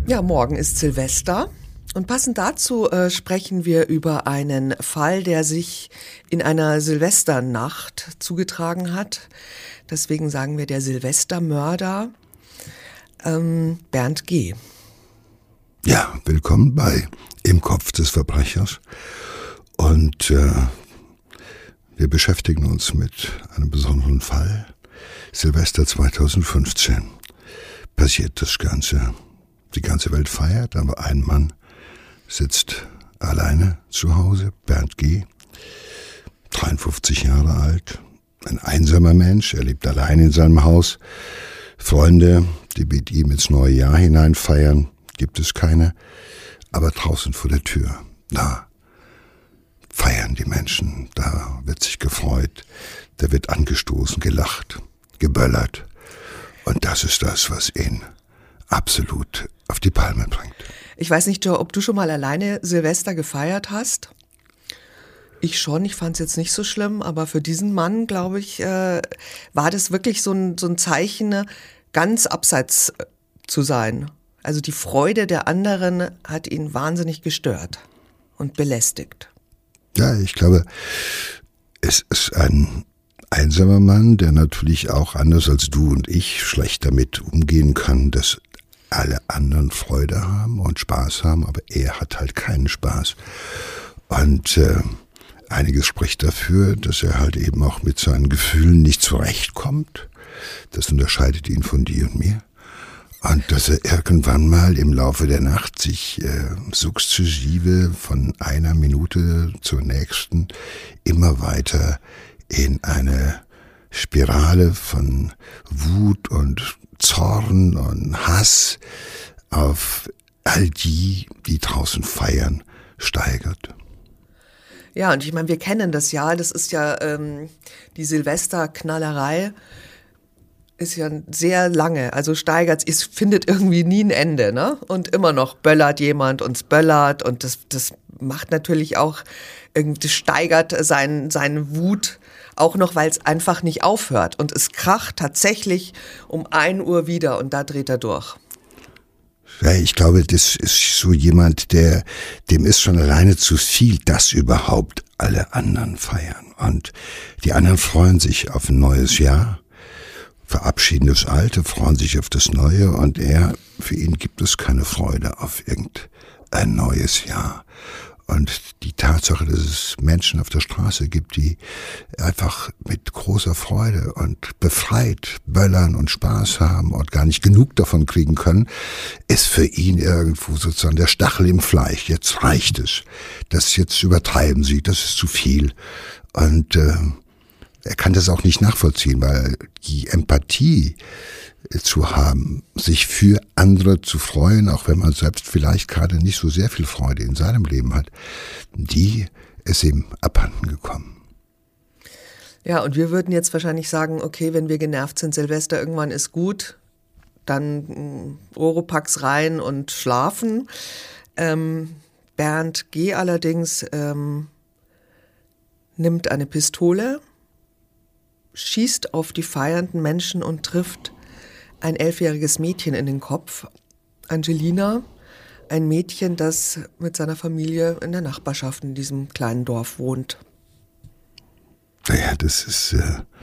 Ja, morgen ist Silvester und passend dazu sprechen wir über einen Fall, der sich in einer Silvesternacht zugetragen hat. Deswegen sagen wir der Silvestermörder Bernd G. Ja, willkommen bei Im Kopf des Verbrechers. Und wir beschäftigen uns mit einem besonderen Fall. Silvester 2015 passiert das Ganze. Die ganze Welt feiert, aber ein Mann sitzt alleine zu Hause, Bernd G., 53 Jahre alt, ein einsamer Mensch, er lebt allein in seinem Haus. Freunde, die mit ihm ins neue Jahr hinein feiern, gibt es keine, aber draußen vor der Tür, da feiern die Menschen, da wird sich gefreut, da wird angestoßen, gelacht, geböllert. Und das ist das, was ihn absolut auf die Palme bringt. Ich weiß nicht, ob du schon mal alleine Silvester gefeiert hast. Ich schon, ich fand es jetzt nicht so schlimm, aber für diesen Mann, glaube ich, war das wirklich so ein Zeichen, ganz abseits zu sein. Also die Freude der anderen hat ihn wahnsinnig gestört und belästigt. Ja, ich glaube, es ist ein einsamer Mann, der natürlich auch anders als du und ich schlecht damit umgehen kann, dass alle anderen Freude haben und Spaß haben, aber er hat halt keinen Spaß. Und einiges spricht dafür, dass er halt eben auch mit seinen Gefühlen nicht zurechtkommt. Das unterscheidet ihn von dir und mir. Und dass er irgendwann mal im Laufe der Nacht sich sukzessive von einer Minute zur nächsten immer weiter in eine Spirale von Wut und Zorn und Hass auf all die draußen feiern, steigert. Ja, und ich meine, wir kennen das ja, das ist ja die Silvesterknallerei ist ja sehr lange, also steigert, es findet irgendwie nie ein Ende, ne? Und immer noch böllert jemand und es böllert und das macht natürlich auch, das steigert seine Wut auch noch, weil es einfach nicht aufhört. Und es kracht tatsächlich um 1 Uhr wieder und da dreht er durch. Ja, ich glaube, das ist so jemand, dem ist schon alleine zu viel, dass überhaupt alle anderen feiern. Und die anderen freuen sich auf ein neues Jahr, verabschieden das Alte, freuen sich auf das Neue und für ihn gibt es keine Freude auf irgendein neues Jahr. Und die Tatsache, dass es Menschen auf der Straße gibt, die einfach mit großer Freude und befreit böllern und Spaß haben und gar nicht genug davon kriegen können, ist für ihn irgendwo sozusagen der Stachel im Fleisch. Jetzt reicht es. Das jetzt übertreiben sie, das ist zu viel. Und er kann das auch nicht nachvollziehen, weil die Empathie zu haben, sich für andere zu freuen, auch wenn man selbst vielleicht gerade nicht so sehr viel Freude in seinem Leben hat, die ist ihm abhanden gekommen. Ja, und wir würden jetzt wahrscheinlich sagen, okay, wenn wir genervt sind, Silvester irgendwann ist gut, dann Oropax rein und schlafen. Bernd G. allerdings nimmt eine Pistole, schießt auf die feiernden Menschen und trifft ein 11-jähriges Mädchen in den Kopf, Angelina, ein Mädchen, das mit seiner Familie in der Nachbarschaft in diesem kleinen Dorf wohnt. Naja, das ist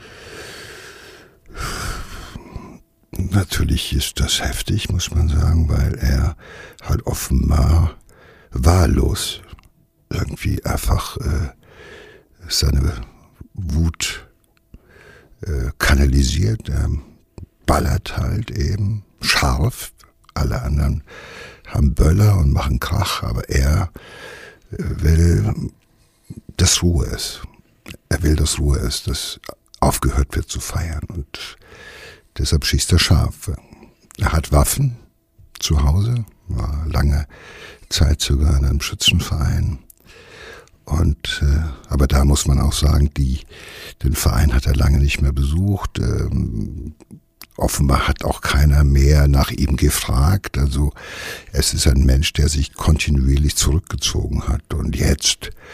natürlich ist das heftig, muss man sagen, weil er halt offenbar wahllos irgendwie einfach seine Wut kanalisiert. Er ballert halt eben scharf. Alle anderen haben Böller und machen Krach, aber er will, dass Ruhe ist. Er will, dass Ruhe ist, dass aufgehört wird zu feiern und deshalb schießt er scharf. Er hat Waffen zu Hause, war lange Zeit sogar in einem Schützenverein. Und aber da muss man auch sagen, den Verein hat er lange nicht mehr besucht. Offenbar hat auch keiner mehr nach ihm gefragt. Also es ist ein Mensch, der sich kontinuierlich zurückgezogen hat. Und jetzt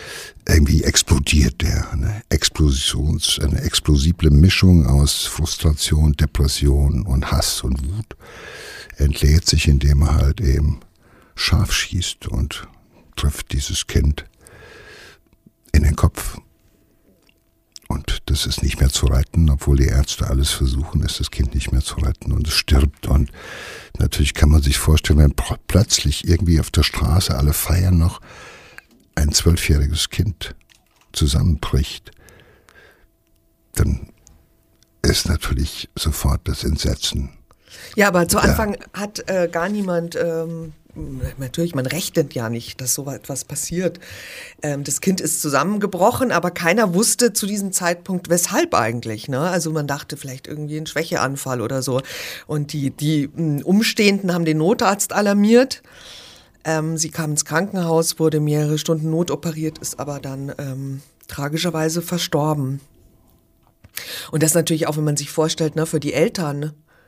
irgendwie explodiert der. Eine explosible Mischung aus Frustration, Depression und Hass und Wut entlädt sich, indem er halt eben scharf schießt und trifft dieses Kind in den Kopf. Und das ist nicht mehr zu retten, obwohl die Ärzte alles versuchen, ist das Kind nicht mehr zu retten und es stirbt. Und natürlich kann man sich vorstellen, wenn plötzlich irgendwie auf der Straße alle feiern noch, ein 12-jähriges Kind zusammenbricht, dann ist natürlich sofort das Entsetzen. Ja, aber zu Anfang hat gar niemand, natürlich, man rechnet ja nicht, dass so etwas passiert. Das Kind ist zusammengebrochen, aber keiner wusste zu diesem Zeitpunkt, weshalb eigentlich. Ne? Also man dachte vielleicht irgendwie ein Schwächeanfall oder so. Und die Umstehenden haben den Notarzt alarmiert. Sie kam ins Krankenhaus, wurde mehrere Stunden notoperiert, ist aber dann tragischerweise verstorben. Und das natürlich auch, wenn man sich vorstellt, ne, für die Eltern.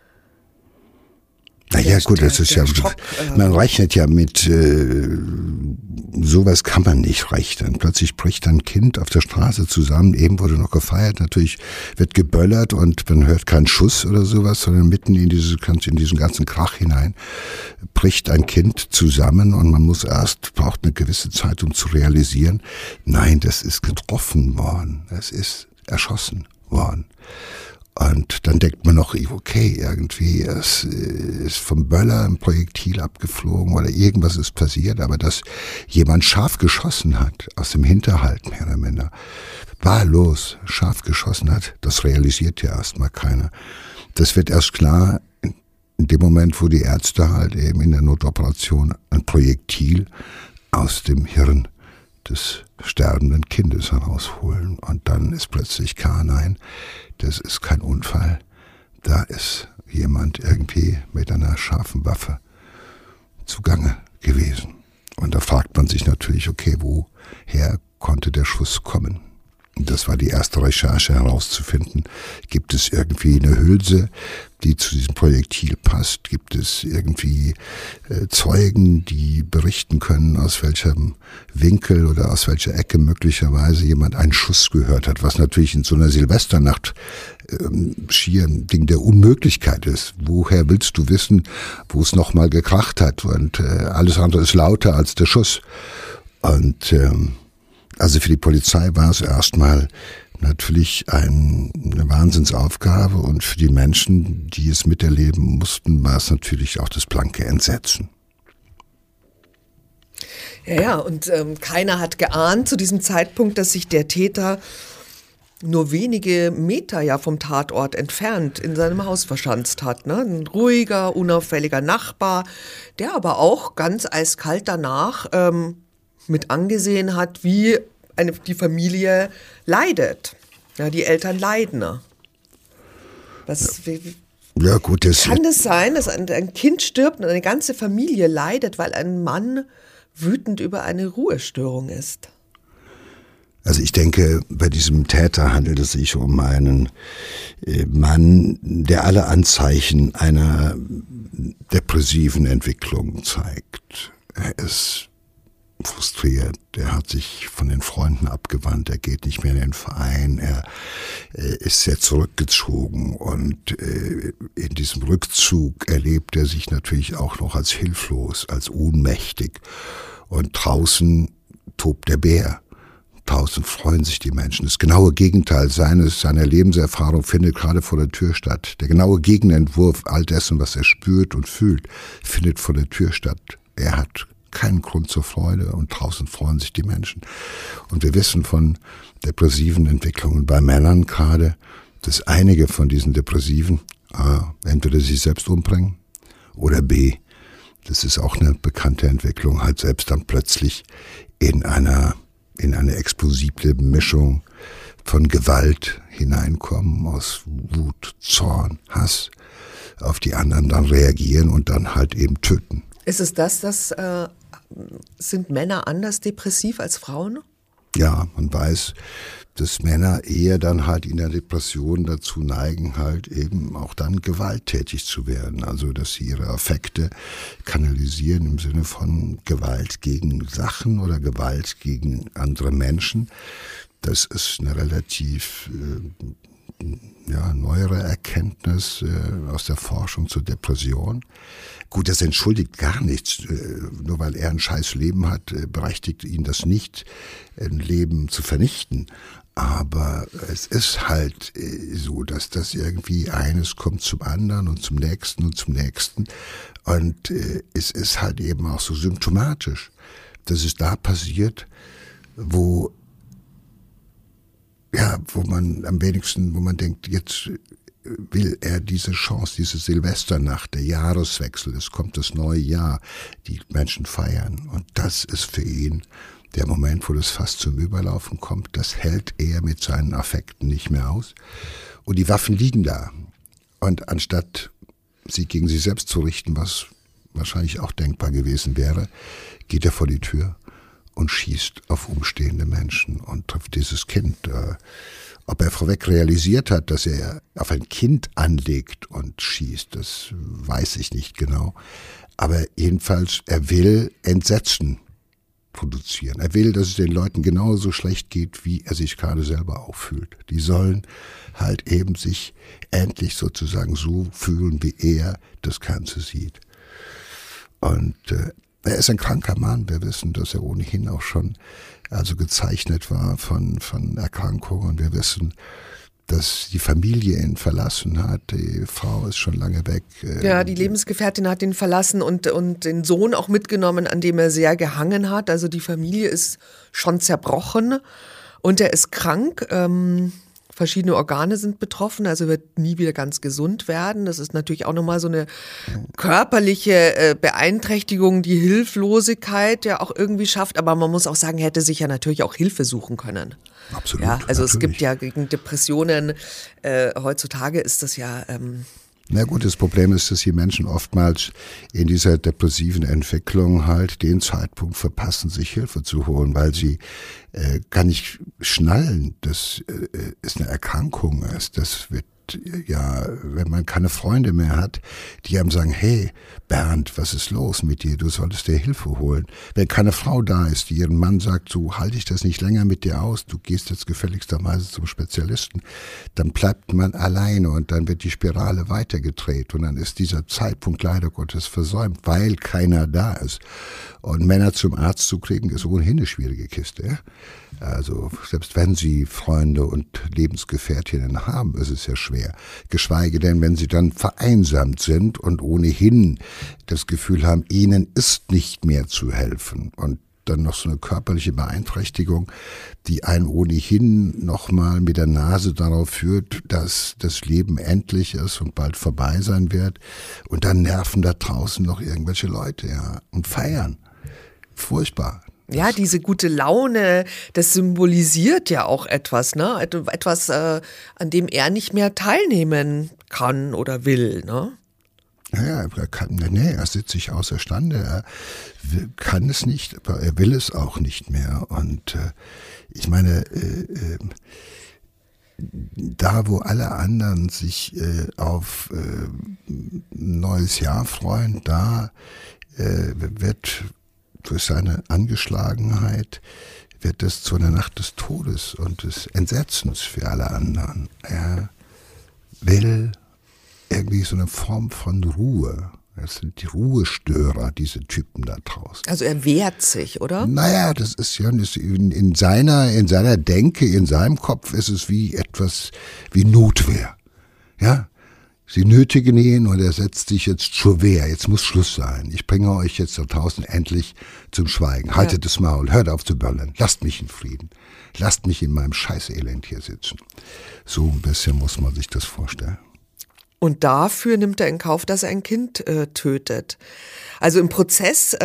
Naja, gut, das ist ja, Schock, man rechnet ja mit, sowas kann man nicht rechnen. Plötzlich bricht ein Kind auf der Straße zusammen, eben wurde noch gefeiert, natürlich wird geböllert und man hört keinen Schuss oder sowas, sondern mitten in diesen ganzen Krach hinein bricht ein Kind zusammen und man braucht eine gewisse Zeit, um zu realisieren, nein, das ist getroffen worden, es ist erschossen worden. Und dann denkt man noch, okay, irgendwie es ist vom Böller ein Projektil abgeflogen oder irgendwas ist passiert, aber dass jemand scharf geschossen hat, aus dem Hinterhalt mehr oder minder, wahllos scharf geschossen hat, das realisiert ja erstmal keiner. Das wird erst klar in dem Moment, wo die Ärzte halt eben in der Notoperation ein Projektil aus dem Hirn des sterbenden Kindes herausholen. Und dann ist plötzlich klar, nein, das ist kein Unfall. Da ist jemand irgendwie mit einer scharfen Waffe zugange gewesen. Und da fragt man sich natürlich, okay, woher konnte der Schuss kommen? Und das war die erste Recherche herauszufinden. Gibt es irgendwie eine Hülse, die zu diesem Projektil passt? Gibt es irgendwie Zeugen, die berichten können, aus welchem Winkel oder aus welcher Ecke möglicherweise jemand einen Schuss gehört hat, was natürlich in so einer Silvesternacht schier ein Ding der Unmöglichkeit ist. Woher willst du wissen, wo es nochmal gekracht hat? Und alles andere ist lauter als der Schuss. Und also für die Polizei war es erstmal natürlich eine Wahnsinnsaufgabe und für die Menschen, die es miterleben mussten, war es natürlich auch das blanke Entsetzen. Ja, und keiner hat geahnt zu diesem Zeitpunkt, dass sich der Täter nur wenige Meter ja vom Tatort entfernt in seinem Haus verschanzt hat. Ne? Ein ruhiger, unauffälliger Nachbar, der aber auch ganz eiskalt danach mit angesehen hat, wie die Familie leidet. Ja, die Eltern leiden. Ja, gut, kann es sein, dass ein Kind stirbt und eine ganze Familie leidet, weil ein Mann wütend über eine Ruhestörung ist? Also ich denke, bei diesem Täter handelt es sich um einen Mann, der alle Anzeichen einer depressiven Entwicklung zeigt. Er ist frustriert, er hat sich von den Freunden abgewandt, er geht nicht mehr in den Verein, er ist sehr zurückgezogen und in diesem Rückzug erlebt er sich natürlich auch noch als hilflos, als ohnmächtig und draußen tobt der Bär. Draußen freuen sich die Menschen. Das genaue Gegenteil seiner Lebenserfahrung findet gerade vor der Tür statt. Der genaue Gegenentwurf all dessen, was er spürt und fühlt, findet vor der Tür statt. Er hat keinen Grund zur Freude und draußen freuen sich die Menschen. Und wir wissen von depressiven Entwicklungen bei Männern gerade, dass einige von diesen Depressiven entweder sich selbst umbringen oder B, das ist auch eine bekannte Entwicklung, halt selbst dann plötzlich in eine explosive Mischung von Gewalt hineinkommen, aus Wut, Zorn, Hass, auf die anderen dann reagieren und dann halt eben töten. Ist es sind Männer anders depressiv als Frauen? Ja, man weiß, dass Männer eher dann halt in der Depression dazu neigen, halt eben auch dann gewalttätig zu werden. Also, dass sie ihre Affekte kanalisieren im Sinne von Gewalt gegen Sachen oder Gewalt gegen andere Menschen. Das ist eine relativ neuere Erkenntnis aus der Forschung zur Depression. Gut, das entschuldigt gar nichts. Nur weil er ein scheiß Leben hat, berechtigt ihn das nicht, ein Leben zu vernichten. Aber es ist halt so, dass das irgendwie eines kommt zum anderen und zum nächsten und zum nächsten. Und es ist halt eben auch so symptomatisch, dass es da passiert, wo man am wenigsten, wo man denkt, jetzt will er diese Chance, diese Silvesternacht, der Jahreswechsel, es kommt das neue Jahr, die Menschen feiern. Und das ist für ihn der Moment, wo das fast zum Überlaufen kommt. Das hält er mit seinen Affekten nicht mehr aus. Und die Waffen liegen da. Und anstatt sie gegen sich selbst zu richten, was wahrscheinlich auch denkbar gewesen wäre, geht er vor die Tür und schießt auf umstehende Menschen und trifft dieses Kind. Ob er vorweg realisiert hat, dass er auf ein Kind anlegt und schießt, das weiß ich nicht genau. Aber jedenfalls, er will Entsetzen produzieren. Er will, dass es den Leuten genauso schlecht geht, wie er sich gerade selber auch fühlt. Die sollen halt eben sich endlich sozusagen so fühlen, wie er das Ganze sieht. Und er ist ein kranker Mann. Wir wissen, dass er ohnehin auch schon gezeichnet war von Erkrankungen. Und wir wissen, dass die Familie ihn verlassen hat. Die Frau ist schon lange weg. Ja, die Lebensgefährtin hat ihn verlassen und den Sohn auch mitgenommen, an dem er sehr gehangen hat. Also die Familie ist schon zerbrochen und er ist krank. Verschiedene Organe sind betroffen, also wird nie wieder ganz gesund werden. Das ist natürlich auch nochmal so eine körperliche Beeinträchtigung, die Hilflosigkeit ja auch irgendwie schafft. Aber man muss auch sagen, er hätte sich ja natürlich auch Hilfe suchen können. Absolut. Ja, also natürlich. Es gibt ja gegen Depressionen, heutzutage ist das ja... Na gut, das Problem ist, dass die Menschen oftmals in dieser depressiven Entwicklung halt den Zeitpunkt verpassen, sich Hilfe zu holen, weil sie gar nicht schnallen, dass es eine Erkrankung ist. Das wird ja, wenn man keine Freunde mehr hat, die einem sagen, hey Bernd, was ist los mit dir? Du solltest dir Hilfe holen. Wenn keine Frau da ist, die ihren Mann sagt, so halte ich das nicht länger mit dir aus, du gehst jetzt gefälligsterweise zum Spezialisten, dann bleibt man alleine und dann wird die Spirale weitergedreht und dann ist dieser Zeitpunkt leider Gottes versäumt, weil keiner da ist. Und Männer zum Arzt zu kriegen, ist ohnehin eine schwierige Kiste. Ja? Also selbst wenn sie Freunde und Lebensgefährtinnen haben, ist es ja schwer. Geschweige denn, wenn sie dann vereinsamt sind und ohnehin das Gefühl haben, ihnen ist nicht mehr zu helfen. Und dann noch so eine körperliche Beeinträchtigung, die einen ohnehin nochmal mit der Nase darauf führt, dass das Leben endlich ist und bald vorbei sein wird. Und dann nerven da draußen noch irgendwelche Leute, ja, und feiern. Furchtbar. Ja, diese gute Laune, das symbolisiert ja auch etwas, ne? Etwas, an dem er nicht mehr teilnehmen kann oder will, ne? Ja, er sitzt sich außerstande, er kann es nicht, aber er will es auch nicht mehr. Und ich meine, da wo alle anderen sich auf ein neues Jahr freuen, da wird durch seine Angeschlagenheit wird es zu einer Nacht des Todes und des Entsetzens für alle anderen. Er will irgendwie so eine Form von Ruhe. Das sind die Ruhestörer, diese Typen da draußen. Also er wehrt sich, oder? Naja, das ist ja in seiner Denke, in seinem Kopf ist es wie etwas wie Notwehr. Ja? Sie nötigen ihn und er setzt sich jetzt zur Wehr. Jetzt muss Schluss sein. Ich bringe euch jetzt da draußen endlich zum Schweigen. Haltet das Maul, hört auf zu böllern. Lasst mich in Frieden. Lasst mich in meinem Scheißelend hier sitzen. So ein bisschen muss man sich das vorstellen. Und dafür nimmt er in Kauf, dass er ein Kind tötet. Also im Prozess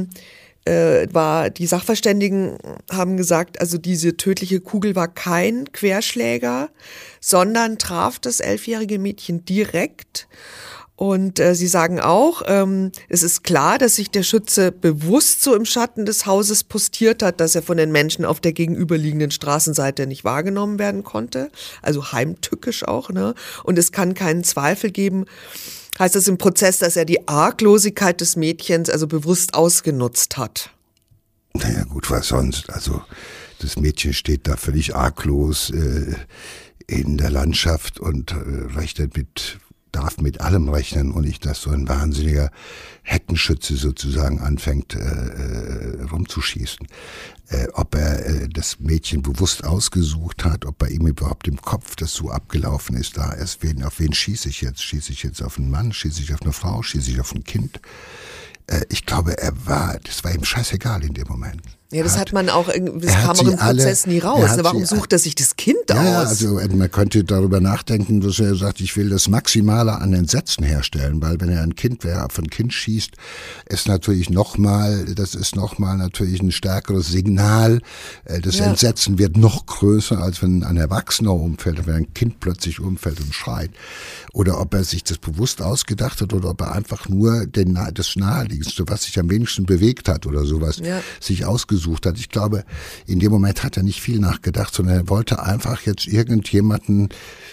die Sachverständigen haben gesagt, also diese tödliche Kugel war kein Querschläger, sondern traf das 11-jährige Mädchen direkt Und sie sagen auch, es ist klar, dass sich der Schütze bewusst so im Schatten des Hauses postiert hat, dass er von den Menschen auf der gegenüberliegenden Straßenseite nicht wahrgenommen werden konnte. Also heimtückisch auch, ne? Und es kann keinen Zweifel geben, heißt es im Prozess, dass er die Arglosigkeit des Mädchens also bewusst ausgenutzt hat. Naja gut, was sonst? Also das Mädchen steht da völlig arglos in der Landschaft und darf mit allem rechnen und nicht, dass so ein wahnsinniger Heckenschütze sozusagen anfängt rumzuschießen. Ob er das Mädchen bewusst ausgesucht hat, ob bei ihm überhaupt im Kopf das so abgelaufen ist, auf wen schieße ich jetzt? Schieße ich jetzt auf einen Mann? Schieße ich auf eine Frau? Schieße ich auf ein Kind? Ich glaube, das war ihm scheißegal in dem Moment. Ja, das hat man auch, das kam auch im Prozess nie raus. Warum sucht er sich das Kind aus? Ja, also man könnte darüber nachdenken, dass er sagt, ich will das Maximale an Entsetzen herstellen, weil wenn er ein Kind auf ein Kind schießt, das ist natürlich nochmal natürlich ein stärkeres Signal. Das Entsetzen wird noch größer, als wenn ein Erwachsener umfällt, wenn ein Kind plötzlich umfällt und schreit. Oder ob er sich das bewusst ausgedacht hat oder ob er einfach nur das Naheliegendste, was sich am wenigsten bewegt hat oder sowas, sich ausgesucht hat. Ich glaube, in dem Moment hat er nicht viel nachgedacht, sondern er wollte einfach jetzt irgendjemanden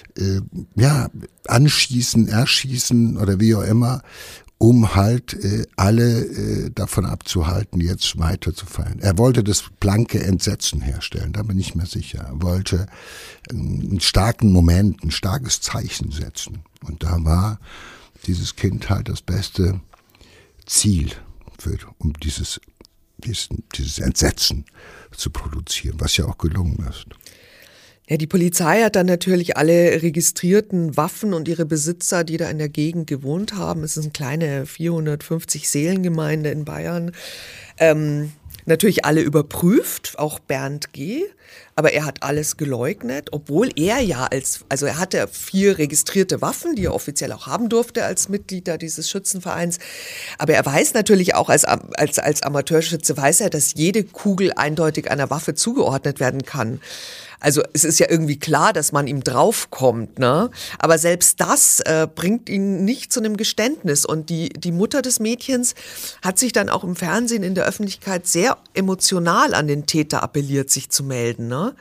anschießen, erschießen oder wie auch immer, um halt alle davon abzuhalten, jetzt weiter zu feiern. Er wollte das blanke Entsetzen herstellen, da bin ich mir sicher. Er wollte einen starken Moment, ein starkes Zeichen setzen. Und da war dieses Kind halt das beste Ziel, um dieses Entsetzen zu produzieren, was ja auch gelungen ist. Ja, die Polizei hat dann natürlich alle registrierten Waffen und ihre Besitzer, die da in der Gegend gewohnt haben, es ist eine kleine 450 Seelengemeinde in Bayern, natürlich alle überprüft, auch Bernd G., aber er hat alles geleugnet, obwohl er er hatte 4 registrierte Waffen, die er offiziell auch haben durfte als Mitglied dieses Schützenvereins. Aber er weiß natürlich auch als Amateurschütze, weiß er, dass jede Kugel eindeutig einer Waffe zugeordnet werden kann. Also es ist ja irgendwie klar, dass man ihm draufkommt, ne? Aber selbst das bringt ihn nicht zu einem Geständnis. Und die Mutter des Mädchens hat sich dann auch im Fernsehen in der Öffentlichkeit sehr emotional an den Täter appelliert, sich zu melden, ne?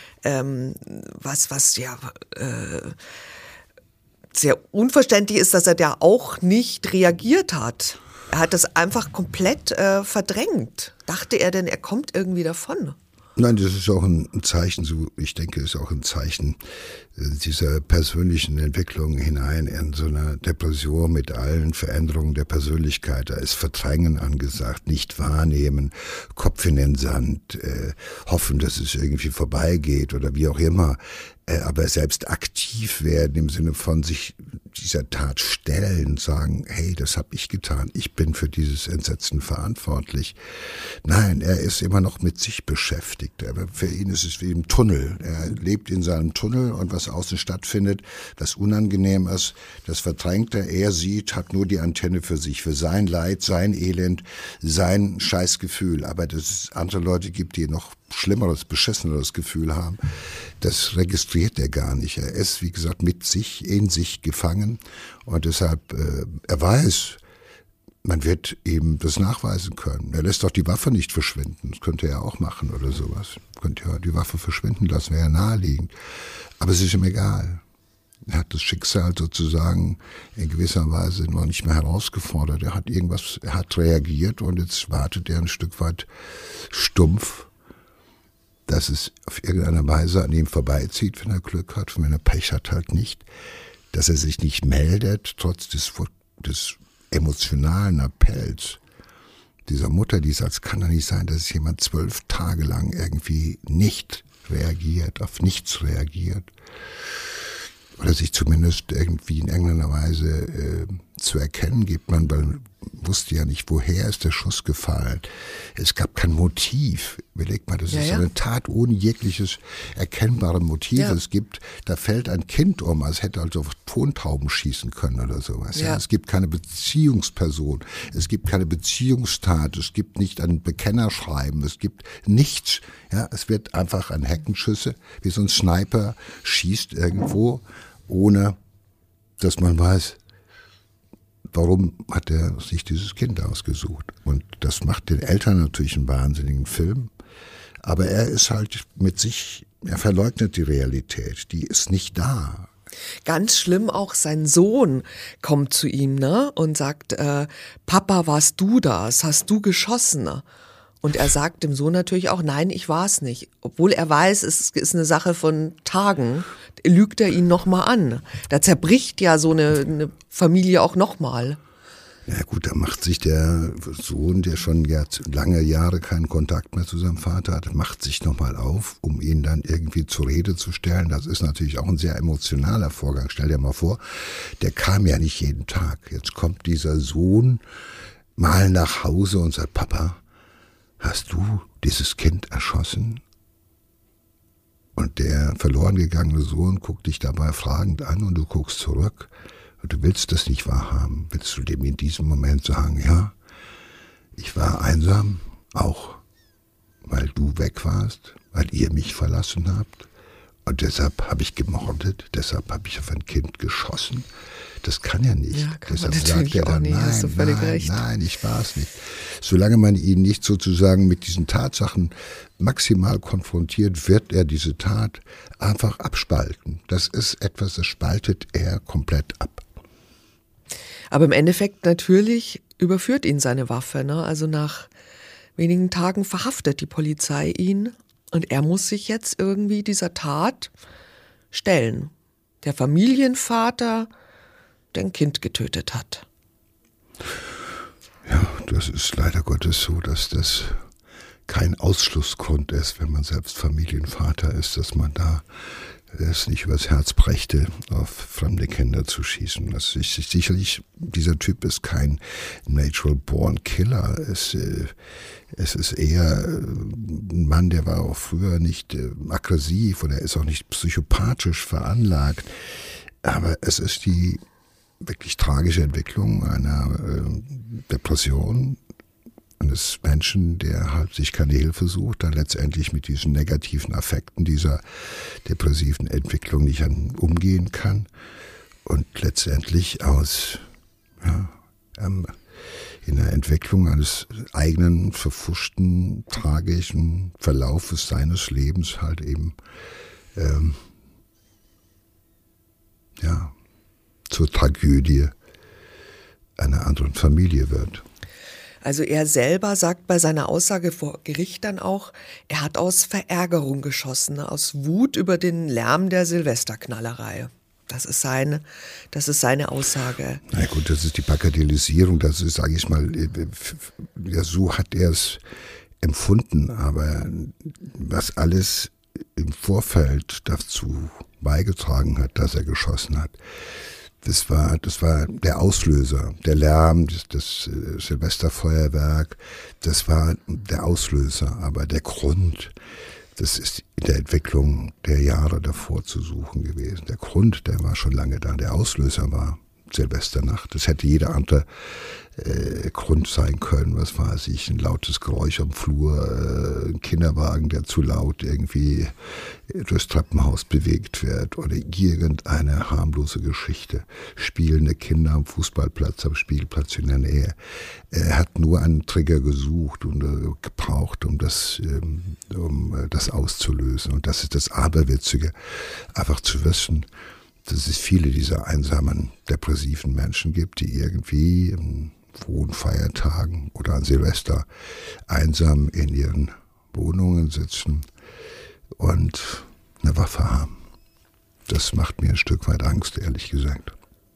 Sehr unverständlich ist, dass er da auch nicht reagiert hat. Er hat das einfach komplett verdrängt. Dachte er denn, er kommt irgendwie davon? Nein, das ist auch ein Zeichen, ich denke, es ist auch ein Zeichen dieser persönlichen Entwicklung hinein in so einer Depression mit allen Veränderungen der Persönlichkeit. Da ist Verdrängen angesagt, nicht wahrnehmen, Kopf in den Sand, hoffen, dass es irgendwie vorbeigeht oder wie auch immer. Aber selbst aktiv werden im Sinne von sich dieser Tat stellen, sagen, hey, das habe ich getan, ich bin für dieses Entsetzen verantwortlich. Nein, er ist immer noch mit sich beschäftigt. Aber für ihn ist es wie im Tunnel. Er lebt in seinem Tunnel und was außen stattfindet, was unangenehm ist, das verdrängt er. Er hat nur die Antenne für sich, für sein Leid, sein Elend, sein Scheißgefühl. Aber dass es andere Leute gibt, die noch schlimmeres, beschisseneres Gefühl haben, das registriert er gar nicht. Er ist, wie gesagt, in sich gefangen und deshalb, er weiß, man wird ihm das nachweisen können. Er lässt auch die Waffe nicht verschwinden. Das könnte er auch machen oder sowas. Könnte ja die Waffe verschwinden lassen, wäre ja naheliegend. Aber es ist ihm egal. Er hat das Schicksal sozusagen in gewisser Weise noch nicht mehr herausgefordert. Er hat reagiert und jetzt wartet er ein Stück weit stumpf, dass es auf irgendeine Weise an ihm vorbeizieht, wenn er Glück hat, und wenn er Pech hat, halt nicht, dass er sich nicht meldet, trotz des emotionalen Appells dieser Mutter, die sagt, es kann doch nicht sein, dass jemand 12 Tage lang irgendwie nicht reagiert, auf nichts reagiert. Oder sich zumindest irgendwie in irgendeiner Weise zu erkennen gibt. Man wusste ja nicht, woher ist der Schuss gefallen. Es gab kein Motiv. Überlegt mal, das ist eine Tat ohne jegliches erkennbare Motiv. Ja. Da fällt ein Kind um, als hätte also auf Tontauben schießen können oder sowas. Ja. Es gibt keine Beziehungsperson, es gibt keine Beziehungstat, es gibt nicht ein Bekennerschreiben, es gibt nichts. Ja, es wird einfach ein Heckenschüsse, wie so ein Sniper schießt irgendwo, ohne dass man weiß, warum hat er sich dieses Kind ausgesucht? Und das macht den Eltern natürlich einen wahnsinnigen Film. Aber er ist halt mit sich, er verleugnet die Realität, die ist nicht da. Ganz schlimm auch, sein Sohn kommt zu ihm, ne, und sagt, Papa, warst du das? Hast du geschossen? Und er sagt dem Sohn natürlich auch, nein, ich war es nicht. Obwohl er weiß, es ist eine Sache von Tagen, lügt er ihn nochmal an. Da zerbricht ja so eine Familie auch nochmal. Ja gut, da macht sich der Sohn, der schon lange Jahre keinen Kontakt mehr zu seinem Vater hat, macht sich nochmal auf, um ihn dann irgendwie zur Rede zu stellen. Das ist natürlich auch ein sehr emotionaler Vorgang. Stell dir mal vor, der kam ja nicht jeden Tag. Jetzt kommt dieser Sohn mal nach Hause und sagt, Papa, hast du dieses Kind erschossen? Und der verloren gegangene Sohn guckt dich dabei fragend an und du guckst zurück. Und du willst das nicht wahrhaben. Willst du dem in diesem Moment sagen, ja, ich war einsam, auch weil du weg warst, weil ihr mich verlassen habt. Und deshalb habe ich gemordet, deshalb habe ich auf ein Kind geschossen. Das kann ja nicht. Ja, kann deshalb man natürlich sagt er dann, auch nicht. Hast du völlig recht. Nein, ich war es nicht. Solange man ihn nicht sozusagen mit diesen Tatsachen maximal konfrontiert, wird er diese Tat einfach abspalten. Das ist etwas, das spaltet er komplett ab. Aber im Endeffekt natürlich überführt ihn seine Waffe, ne? Also nach wenigen Tagen verhaftet die Polizei ihn und er muss sich jetzt irgendwie dieser Tat stellen. Der Familienvater, der ein Kind getötet hat. Ja, das ist leider Gottes so, dass das kein Ausschlussgrund ist, wenn man selbst Familienvater ist, dass man da es nicht übers Herz brächte, auf fremde Kinder zu schießen. Das ist sicherlich, dieser Typ ist kein natural born killer. Es ist eher ein Mann, der war auch früher nicht aggressiv oder ist auch nicht psychopathisch veranlagt. Aber es ist die wirklich tragische Entwicklung einer Depression eines Menschen, der halt sich keine Hilfe sucht, dann letztendlich mit diesen negativen Affekten dieser depressiven Entwicklung nicht umgehen kann und letztendlich in der Entwicklung eines eigenen, verpfuschten, tragischen Verlaufes seines Lebens halt eben zur Tragödie einer anderen Familie wird. Also er selber sagt bei seiner Aussage vor Gericht dann auch, er hat aus Verärgerung geschossen, aus Wut über den Lärm der Silvesterknallerei. Das ist seine Aussage. Na gut, das ist die Bagatellisierung, das ist, sage ich mal, ja, so hat er es empfunden, aber was alles im Vorfeld dazu beigetragen hat, dass er geschossen hat, das war der Auslöser, der Lärm, das Silvesterfeuerwerk, das war der Auslöser. Aber der Grund, das ist in der Entwicklung der Jahre davor zu suchen gewesen. Der Grund, der war schon lange da. Der Auslöser war Silvesternacht. Das hätte jeder andere Grund sein können, was weiß ich, ein lautes Geräusch am Flur, ein Kinderwagen, der zu laut irgendwie durchs Treppenhaus bewegt wird oder irgendeine harmlose Geschichte. Spielende Kinder am Fußballplatz, am Spielplatz in der Nähe. Er hat nur einen Trigger gesucht und gebraucht, um das auszulösen. Und das ist das Aberwitzige, einfach zu wissen, dass es viele dieser einsamen, depressiven Menschen gibt, die irgendwie an frohen Feiertagen oder an Silvester einsam in ihren Wohnungen sitzen und eine Waffe haben. Das macht mir ein Stück weit Angst, ehrlich gesagt.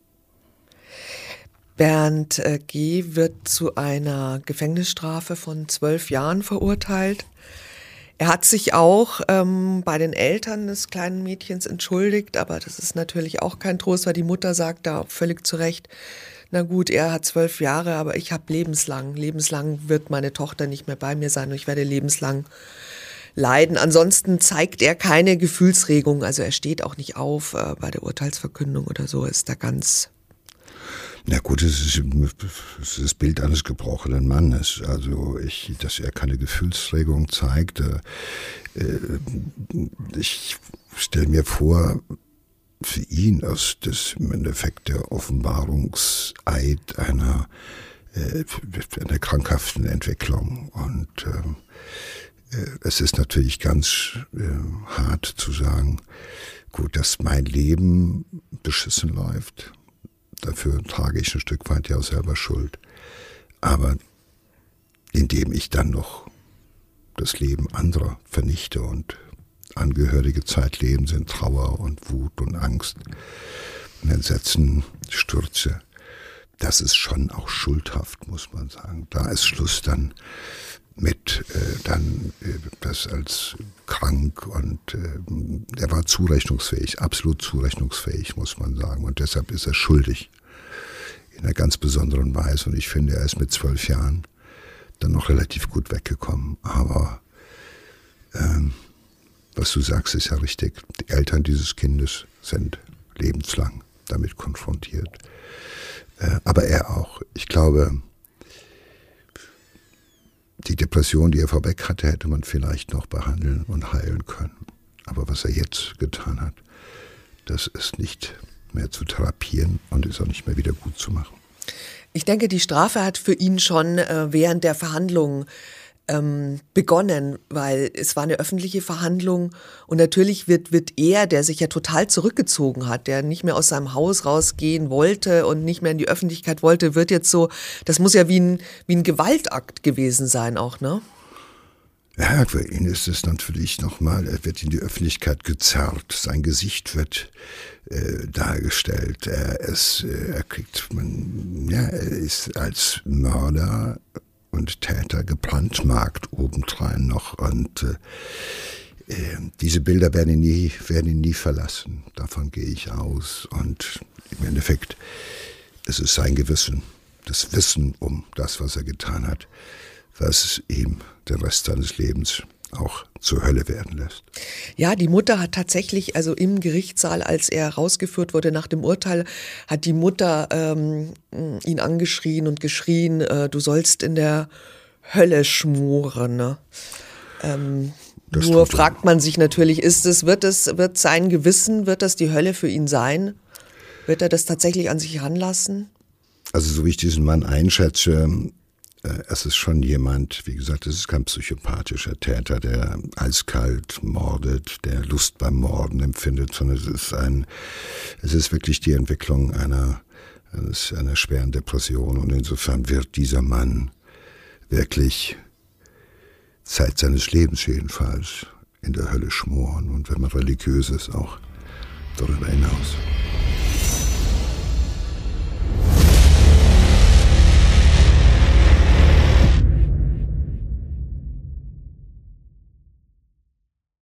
Bernd G. wird zu einer Gefängnisstrafe von 12 Jahren verurteilt. Er hat sich auch bei den Eltern des kleinen Mädchens entschuldigt, aber das ist natürlich auch kein Trost, weil die Mutter sagt da völlig zu Recht, na gut, er hat 12 Jahre, aber ich habe lebenslang wird meine Tochter nicht mehr bei mir sein und ich werde lebenslang leiden. Ansonsten zeigt er keine Gefühlsregung, also er steht auch nicht auf bei der Urteilsverkündung oder so, ist da ganz... Na gut, es ist das Bild eines gebrochenen Mannes. Also dass er keine Gefühlsregung zeigt. Ich stelle mir vor, für ihn ist das im Endeffekt der Offenbarungseid einer krankhaften Entwicklung. Und es ist natürlich ganz hart zu sagen, gut, dass mein Leben beschissen läuft. Dafür trage ich ein Stück weit ja auch selber Schuld. Aber indem ich dann noch das Leben anderer vernichte und Angehörige zeitlebens in Trauer und Wut und Angst und Entsetzen stürze, das ist schon auch schuldhaft, muss man sagen. Da ist Schluss dann mit das als krank, und er war zurechnungsfähig, absolut zurechnungsfähig, muss man sagen. Und deshalb ist er schuldig in einer ganz besonderen Weise. Und ich finde, er ist mit 12 Jahren dann noch relativ gut weggekommen. Aber was du sagst, ist ja richtig. Die Eltern dieses Kindes sind lebenslang damit konfrontiert. Aber er auch. Ich glaube, die Depression, die er vorweg hatte, hätte man vielleicht noch behandeln und heilen können. Aber was er jetzt getan hat, das ist nicht mehr zu therapieren und ist auch nicht mehr wieder gut zu machen. Ich denke, die Strafe hat für ihn schon während der Verhandlungen begonnen, weil es war eine öffentliche Verhandlung und natürlich wird er, der sich ja total zurückgezogen hat, der nicht mehr aus seinem Haus rausgehen wollte und nicht mehr in die Öffentlichkeit wollte, wird jetzt so, das muss ja wie ein Gewaltakt gewesen sein auch, ne? Ja, für ihn ist es natürlich nochmal, er wird in die Öffentlichkeit gezerrt, sein Gesicht wird dargestellt, er ist als Mörder und Täter gebrandmarkt obendrein noch, und diese Bilder werden ihn nie verlassen, davon gehe ich aus, und im Endeffekt es ist sein Gewissen, das Wissen um das, was er getan hat, was ihm den Rest seines Lebens auch zur Hölle werden lässt. Ja, die Mutter hat tatsächlich, also im Gerichtssaal, als er rausgeführt wurde nach dem Urteil, hat die Mutter ihn angeschrien und geschrien, du sollst in der Hölle schmoren. Ne? Nur fragt man sich natürlich, wird sein Gewissen, wird das die Hölle für ihn sein? Wird er das tatsächlich an sich heranlassen? Also so wie ich diesen Mann einschätze, es ist schon jemand, wie gesagt, es ist kein psychopathischer Täter, der eiskalt mordet, der Lust beim Morden empfindet, sondern es ist wirklich die Entwicklung einer schweren Depression, und insofern wird dieser Mann wirklich Zeit seines Lebens jedenfalls in der Hölle schmoren, und wenn man religiös ist, auch darüber hinaus.